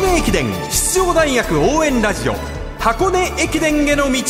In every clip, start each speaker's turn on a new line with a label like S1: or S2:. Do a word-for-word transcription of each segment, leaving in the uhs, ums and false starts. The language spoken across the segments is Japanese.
S1: 根駅伝出場大学応援ラジオ、箱根駅伝への道。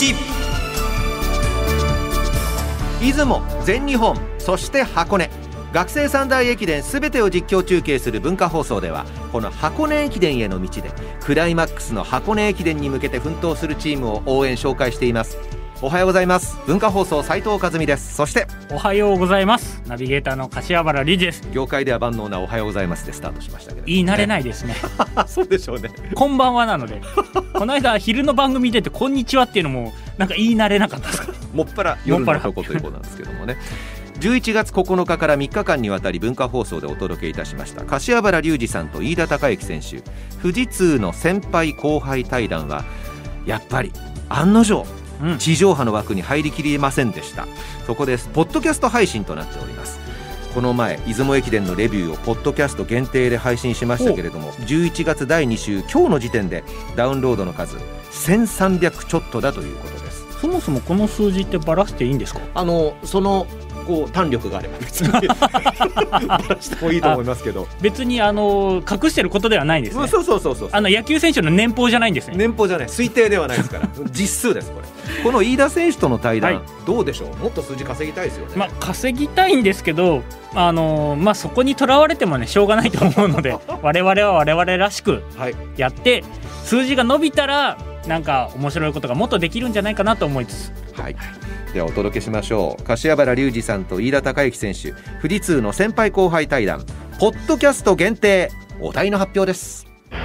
S2: 出雲、全日本、そして箱根、学生三大駅伝すべてを実況中継する文化放送では、この箱根駅伝への道でクライマックスの箱根駅伝に向けて奮闘するチームを応援紹介しています。おはようございます。文化放送斉藤和美です。そして
S3: おはようございます。ナビゲーターの柏原理事です。
S2: 業界では万能なおはようございますでスタートしましたけど、ね、
S3: 言い慣れないですね
S2: そうでしょうね。
S3: こんばんはなのでこの間昼の番組出てこんにちはっていうのもなんか言い慣れなかったですか。
S2: もっぱら夜のとこということなんですけどもねじゅういちがつここのかからみっかかんにわたり文化放送でお届けいたしました柏原隆二さんと飯田孝之選手、富士通の先輩後輩対談はやっぱり案の定、うん、地上波の枠に入りきりませんでした。そこですポッドキャスト配信となっております。この前出雲駅伝のレビューをポッドキャスト限定で配信しましたけれども、じゅういちがつだいに週今日の時点でダウンロードの数せんさんびゃくちょっとだということです。
S3: そもそもこの数字ってバラしていいんですか。
S2: あのそのこう弾力があれば別にバラしてもいいと思いますけど
S3: 別にあの隠してることではないんですね。
S2: そうそうそうそう、
S3: あの野球選手の年俸じゃないんですね。
S2: 年俸じゃない、推定ではないですから実数です。これこの飯田選手との対談、はい、どうでしょう。もっと数字稼ぎたいですよね。
S3: まあ、稼ぎたいんですけど、あのーまあ、そこにとらわれてもねしょうがないと思うので我々は我々らしくやって、はい、数字が伸びたらなんか面白いことがもっとできるんじゃないかなと思いつつ、
S2: はい、ではお届けしましょう。柏原隆二さんと飯田孝之選手、富士通の先輩後輩対談ポッドキャスト限定、お題の発表です。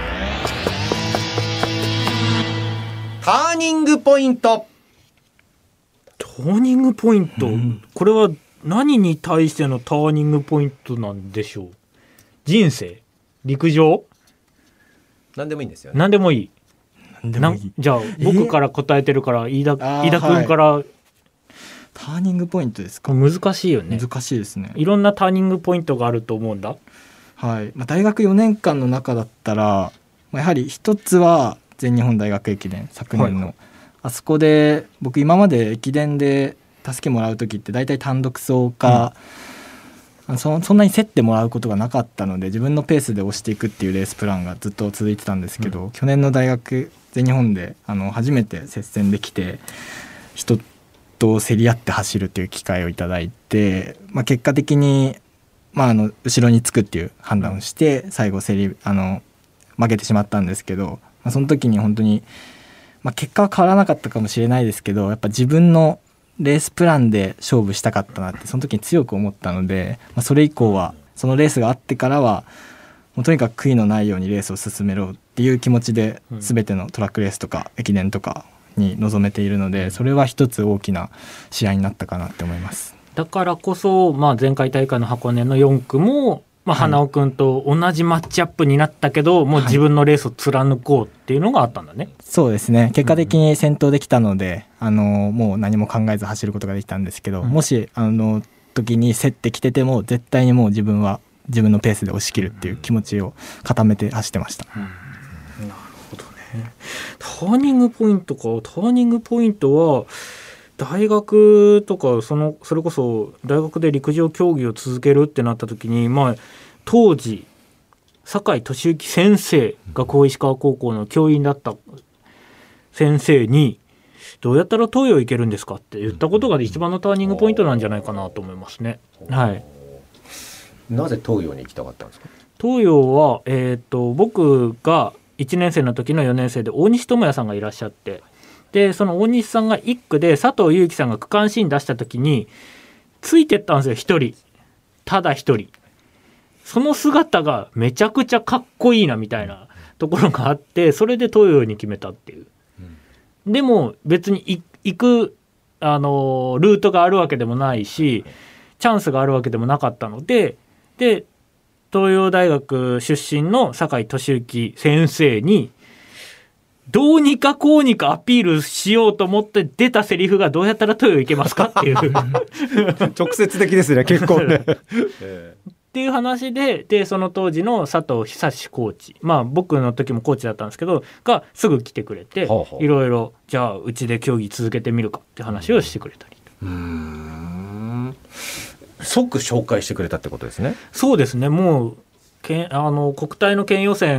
S2: ターニングポイント。
S3: ターニングポイント、うん、これは何に対してのターニングポイントなんでしょう。人生、陸上、
S2: 何でもいいんですよね。
S3: 何でもいい。なじゃあ僕から答えてるから飯田、飯田君から、はい、
S4: ターニングポイントですか。
S3: 難しいよね。
S4: 難しいですね。
S3: いろんなターニングポイントがあると思うんだ。
S4: はい、まあ、大学よねんかんの中だったらやはり一つは全日本大学駅伝、昨年の、はい、あそこで僕今まで駅伝で助けもらう時って大体単独走か、うん、そ, そんなに競ってもらうことがなかったので自分のペースで押していくっていうレースプランがずっと続いてたんですけど、うん、去年の大学全日本であの初めて接戦できて人と競り合って走るっていう機会をいただいて、まあ、結果的に、まあ、あの後ろにつくっていう判断をして最後競りあの負けてしまったんですけど、まあ、その時に本当に、まあ、結果は変わらなかったかもしれないですけどやっぱ自分のレースプランで勝負したかったなってその時に強く思ったので、まあ、それ以降はそのレースがあってからはもうとにかく悔いのないようにレースを進めろっていう気持ちで全てのトラックレースとか駅伝とかに臨めているので、それは一つ大きな試合になったかなって思います。
S3: だからこそ、まあ、前回大会の箱根のよん区も、まあ、花尾くんと同じマッチアップになったけど、はい、もう自分のレースを貫こうっていうのがあったんだね。
S4: そうですね。結果的に先頭できたので、うん、あのもう何も考えず走ることができたんですけど、うん、もしあの時に競ってきてても絶対にもう自分は自分のペースで押し切るっていう気持ちを固めて走ってました。うん
S3: うん、なるほどね。ターニングポイントか。ターニングポイントは大学とかそのそれこそ大学で陸上競技を続けるってなった時に、まあ、当時酒井俊之先生が学法石川高校の教員だった先生にどうやったら東洋行けるんですかって言ったことが一番のターニングポイントなんじゃないかなと思いますね。はい。
S2: なぜ東洋に行きたかったんですか。
S3: 東洋は、えーと、僕がいちねん生の時のよねん生で大西智也さんがいらっしゃって、でその大西さんがいっ区で佐藤悠基さんが区間新出した時についてったんですよ。一人ただ一人その姿がめちゃくちゃかっこいいなみたいなところがあって、それで東洋に決めたっていう、うん、でも別に行くあのルートがあるわけでもないしチャンスがあるわけでもなかったので、で東洋大学出身の酒井俊之先生にどうにかこうにかアピールしようと思って出たセリフがどうやったら東洋行けますかっていう
S2: 直接的ですね結構ね
S3: っていう話で、でその当時の佐藤久志コーチ、まあ僕の時もコーチだったんですけどがすぐ来てくれて、いろいろじゃあうちで競技続けてみるかって話をしてくれたり。
S2: うーん、即紹介してくれたってことですね。
S3: そうですね。もうけあの国体の県予選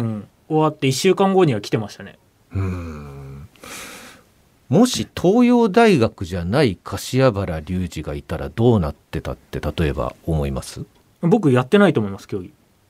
S3: 終わっていっしゅうかんごには来てましたね。
S2: うーん、もし東洋大学じゃない柏原隆二がいたらどうなってたって例えば思います？
S3: 僕やってないと思います、競技。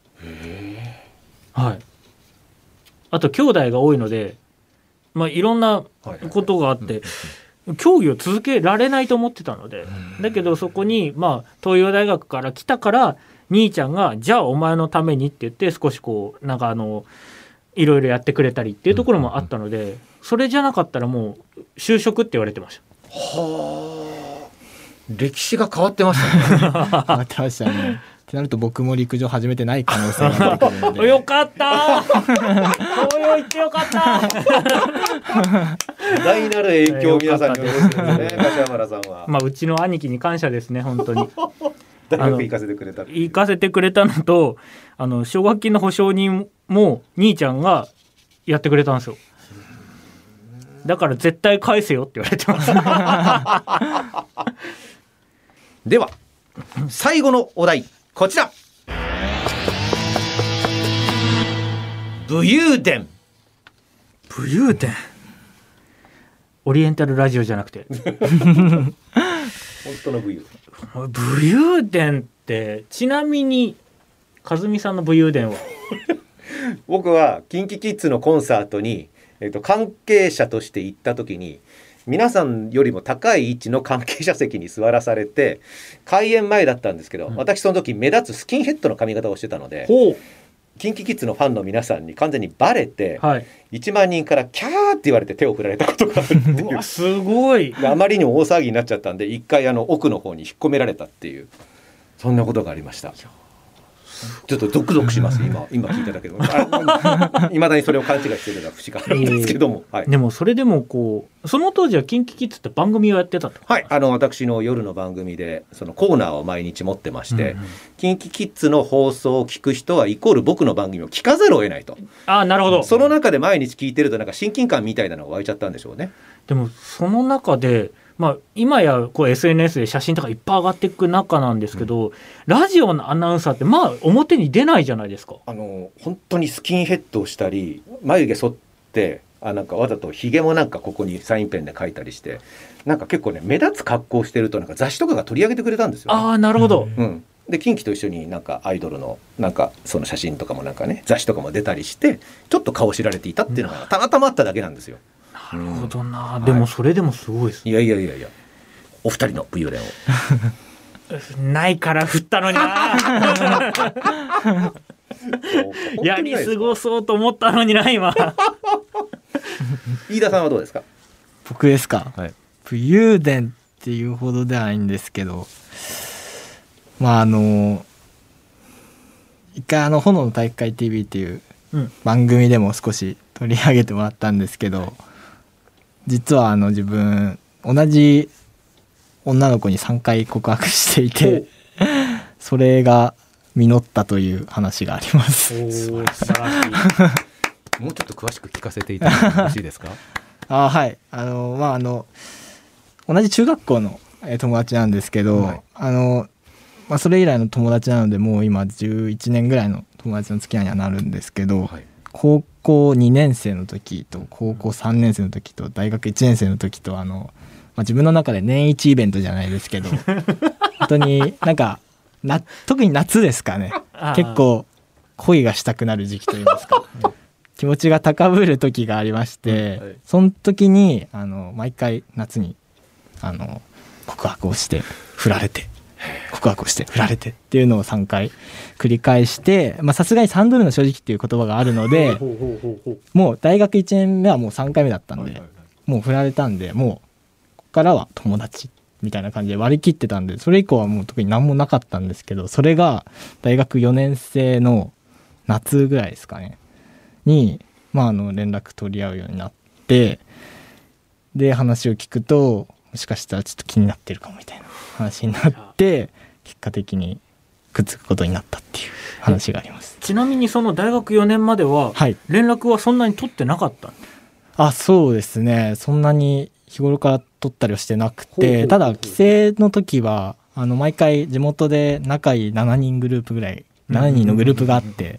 S3: はい。あと兄弟が多いので、まあ、いろんなことがあって競技を続けられないと思ってたので、だけどそこに、まあ、東洋大学から来たから兄ちゃんがじゃあお前のためにって言って少しこうなんかあのいろいろやってくれたりっていうところもあったので、それじゃなかったらもう就職って言われてました。
S2: はあ、歴史が変わってましたね。
S4: 変わってましたね。ってなると僕も陸上始めてない可能性が出てくるので
S3: よかった東洋行ってよかった
S2: 大なる影響を皆さんに及ぼしてるんですね、柏原さんは。
S3: まあうちの兄貴に感謝ですね、本当に。
S2: 大学行かせてくれた
S3: 行かせてくれたのと、あの奨学金の保証人も兄ちゃんがやってくれたんですよ。だから絶対返せよって言われてます
S2: では最後のお題こちら、武勇伝。
S3: 武勇伝、オリエンタルラジオじゃなくて
S2: 本当の武勇伝。
S3: 武勇伝ってちなみに和美さんの武勇伝は？
S2: 僕はキンキキッズのコンサートに、えっと、関係者として行った時に皆さんよりも高い位置の関係者席に座らされて、開演前だったんですけど、うん、私その時目立つスキンヘッドの髪型をしてたので、キンキキッズのファンの皆さんに完全にバレて、はい、いちまんにんからキャーって言われて手を振られたことがあるっていう。
S3: うわすごい。
S2: あまりにも大騒ぎになっちゃったんで一回あの奥の方に引っ込められたっていう、そんなことがありました。ちょっとドクドクします今今聞いただけでいまだにそれを勘違いしているのは節があるんですけども、
S3: えーはい、でもそれでもこうその当時はキンキキッズって番組をやってたと。
S2: はい、あの私の夜の番組でそのコーナーを毎日持ってまして、うんうん、キンキキッズの放送を聞く人はイコール僕の番組を聞かざるを得ないと。
S3: あ、なるほど。
S2: その中で毎日聞いてるとなんか親近感みたいなのが湧いちゃったんでしょうね。
S3: でもその中でまあ、今やこう エスエヌエス で写真とかいっぱい上がっていく中なんですけど、うん、ラジオのアナウンサーってまあ表に出ないじゃないですか。
S2: あの本当にスキンヘッドをしたり眉毛剃ってあなんかわざとひげもなんかここにサインペンで描いたりしてなんか結構ね目立つ格好をしてるとなんか雑誌とかが取り上げてくれたんですよ、ね、
S3: ああなるほど、
S2: うん、でキンキと一緒になんかアイドルのなんかその写真とかもなんかね雑誌とかも出たりしてちょっと顔知られていたっていうのがたまたまあっただけなんですよ。
S3: なるほどな、うん、でもそれでもすごいです、ね、
S2: いやいやいやいやお二人の武勇伝
S3: をないから振ったのになやり過ごそうと思ったのにな今
S2: 飯田さんはどうですか？
S4: 僕ですか、はい、武勇伝っていうほどではないんですけど、まああの一回あの炎の体育会 ティーブイ っていう番組でも少し取り上げてもらったんですけど、うん、実はあの自分同じ女の子にさんかい告白していてそれが実ったという話があります。
S3: お素晴らしい
S2: もうちょっと詳しく聞かせていただいてよろしいですか？
S4: あはいあのまああの同じ中学校の友達なんですけど、はい、あのまあ、それ以来の友達なのでもう今じゅういちねんぐらいの友達の付き合いにはなるんですけど、はい、高校にねん生の時と高校さんねん生の時と大学いちねん生の時とあのまあ、自分の中で年一イベントじゃないですけど本当になんかな特に夏ですかね結構恋がしたくなる時期といいますか気持ちが高ぶる時がありまして、うんはい、その時にあの毎回夏にあの告白をして振られて告白をして振られてっていうのをさんかい繰り返してさすがにさんどめの正直っていう言葉があるのでもう大学いちねんめはもうさんかいめだったんで、はいはいはい、もう振られたんでもうからは友達みたいな感じで割り切ってたんでそれ以降はもう特に何もなかったんですけど、それが大学よねん生の夏ぐらいですかねに、まあ、あの連絡取り合うようになってで話を聞くともしかしたらちょっと気になってるかもみたいな話になって結果的にくっつくことになったっていう話があります。
S3: ちなみにその大学よねんまでは連絡はそんなに取ってなかった、はい、
S4: あそうですねそんなに日頃から取ったりはしてなくて、ただ帰省の時はあの毎回地元で仲いいしちにんグループぐらいしちにんのグループがあって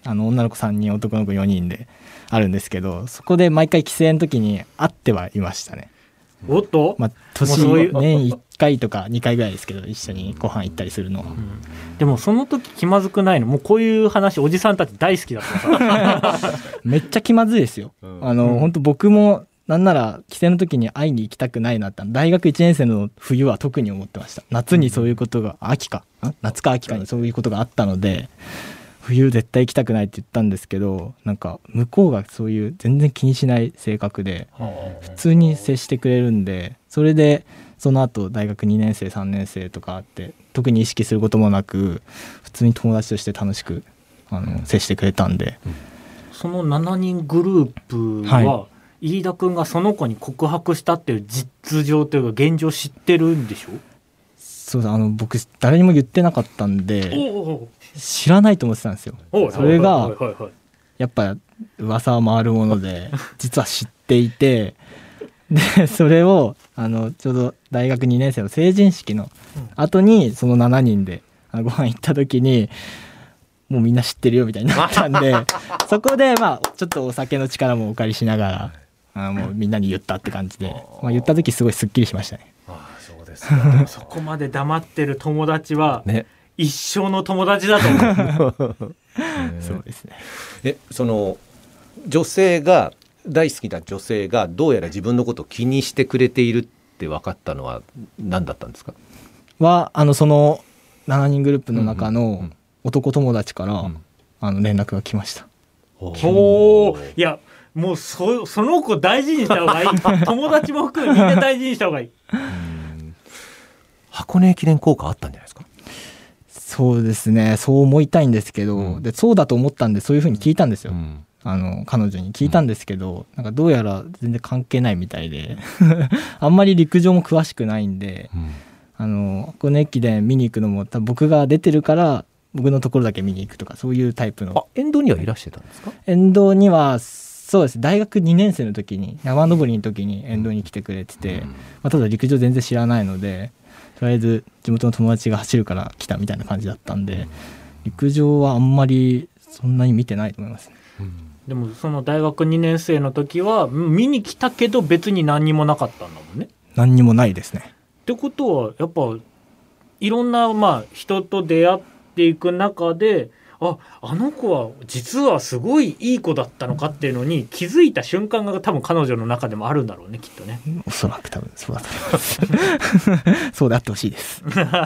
S4: あの女の子さんにん男の子よにんであるんですけど、そこで毎回帰省の時に会ってはいましたね。
S3: おっと、
S4: まあ、年
S3: もうそういう
S4: 年いっかいとかにかいぐらいですけど、一緒にご飯行ったりするのは、
S3: うん、でもその時気まずくないの？もうこういう話おじさんたち大好きだったさ
S4: めっちゃ気まずいですよ、うん、あの、うん、本当僕もなんなら帰省の時に会いに行きたくないなって大学いちねん生の冬は特に思ってました。夏にそういうことが、秋か夏か秋かにそういうことがあったので、冬絶対行きたくないって言ったんですけど、なんか向こうがそういう全然気にしない性格で普通に接してくれるんで、それでその後大学にねん生さんねん生とかあって特に意識することもなく普通に友達として楽しくあの接してくれたんで、
S3: そのしちにんグループは、はい、飯田君がその子に告白したっていう実情というか現状知ってるんでしょ？
S4: そうだ、あの僕誰にも言ってなかったんで知らないと思ってたんですよ。それがやっぱ噂は回るもので実は知っていてでそれをあのちょうど大学にねん生の成人式の後にそのしちにんでご飯行った時にもうみんな知ってるよみたいになったんでそこでまあちょっとお酒の力もお借りしながらあもうみんなに言ったって感じで、まあ、言った時すごいすっきりしましたね。
S3: ああそうですかそこまで黙ってる友達は、ね、一生の友達だと思う
S4: そうですね。
S2: えその女性が大好きな女性がどうやら自分のことを気にしてくれているって分かったのは何だったんですか？
S4: はあのそのしちにんグループの中の男友達から、うんうん、あの連絡が来ました。
S3: おーいやもう そ, その子大事にした方がいい友達も含めみんな大事にした方がいい
S2: うん箱根駅伝効果あったんじゃないですか？
S4: そうですね、そう思いたいんですけど、うん、でそうだと思ったんでそういう風に聞いたんですよ、うん、あの彼女に聞いたんですけど、うん、なんかどうやら全然関係ないみたいであんまり陸上も詳しくないんで、うん、あの箱根駅伝見に行くのも多分僕が出てるから僕のところだけ見に行くとかそういうタイプの。
S2: あ沿道にはいらしてたんですか？
S4: 沿道にはそうです、大学にねん生の時に山登りの時に沿道に来てくれてて、うんまあ、ただ陸上全然知らないのでとりあえず地元の友達が走るから来たみたいな感じだったんで、陸上はあんまりそんなに見てないと思いますね、
S3: うん、でもその大学にねん生の時は見に来たけど別に何にもなかったんだもんね。
S4: 何にもないですね。
S3: ってことはやっぱいろんなまあ人と出会っていく中でああの子は実はすごいいい子だったのかっていうのに気づいた瞬間が多分彼女の中でもあるんだろうねきっとね。
S4: おそらく多分そうだと思いますそうであってほしいです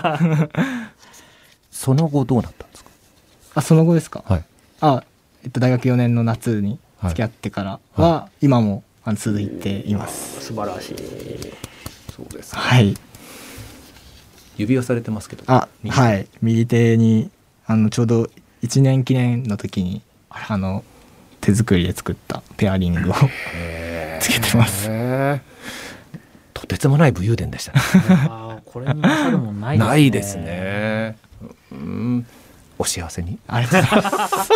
S2: その後どうなったんですか？
S4: あその後ですか、
S2: はい
S4: あえっと、大学よねんの夏に付き合ってからは、はい、今もあの続いています。
S3: 素晴らしい。
S2: そうです、
S4: ね、はい
S2: 指輪されてますけど
S4: あはい右手にあのちょうどいちねん記念の時にあの手作りで作ったペアリングをつけてます。
S2: とてつもない武勇伝でしたね
S3: あこれに勝るもんないですね。
S2: ないですね。うんお幸せに。
S4: ありがとうございます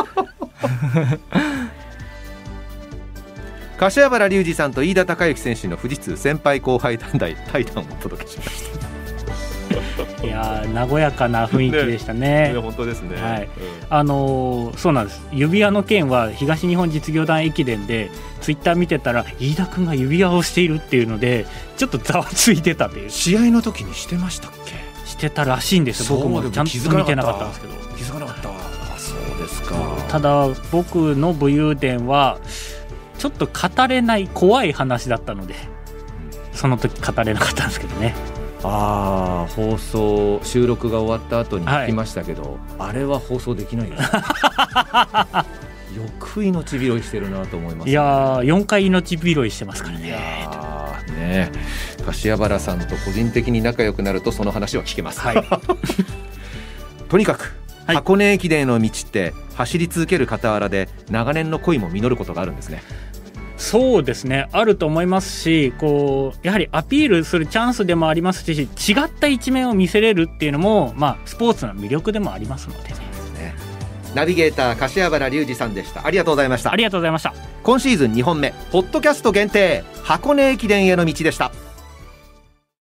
S2: 柏原隆二さんと飯田貴之選手の富士通先輩後輩団体対談をお届けしました
S3: いや和やかな雰囲気でしたね。
S2: ね本当ですね、
S3: はいうん、あのー、そうなんです。指輪の件は東日本実業団駅伝でツイッター見てたら飯田君が指輪をしているっていうのでちょっとざわついてたという。
S2: 試合の時にしてましたっけ？
S3: してたらしいんですよ。僕もちゃんと見てなかったんですけど
S2: 気づかなかった。あそうですか。
S3: ただ僕の武勇伝はちょっと語れない怖い話だったのでその時語れなかったんですけどね。
S2: あ放送収録が終わった後に聞きましたけど、はい、あれは放送できないよねよく命拾いしてるなと思います、ね、
S3: いやよんかい命拾いしてますからね。
S2: いやね柏原さんと個人的に仲良くなるとその話は聞けます、はい、とにかく、はい、箱根駅伝への道って走り続ける傍らで長年の恋も実ることがあるんですね。
S3: そうですねあると思いますしこうやはりアピールするチャンスでもありますし違った一面を見せれるっていうのも、まあ、スポーツの魅力でもありますので ね,
S2: ねナビゲーター柏原隆二さんでした。ありがとうございました。
S3: ありがとうございました。
S2: 今シーズンにほんめポッドキャスト限定箱根駅伝への道でした。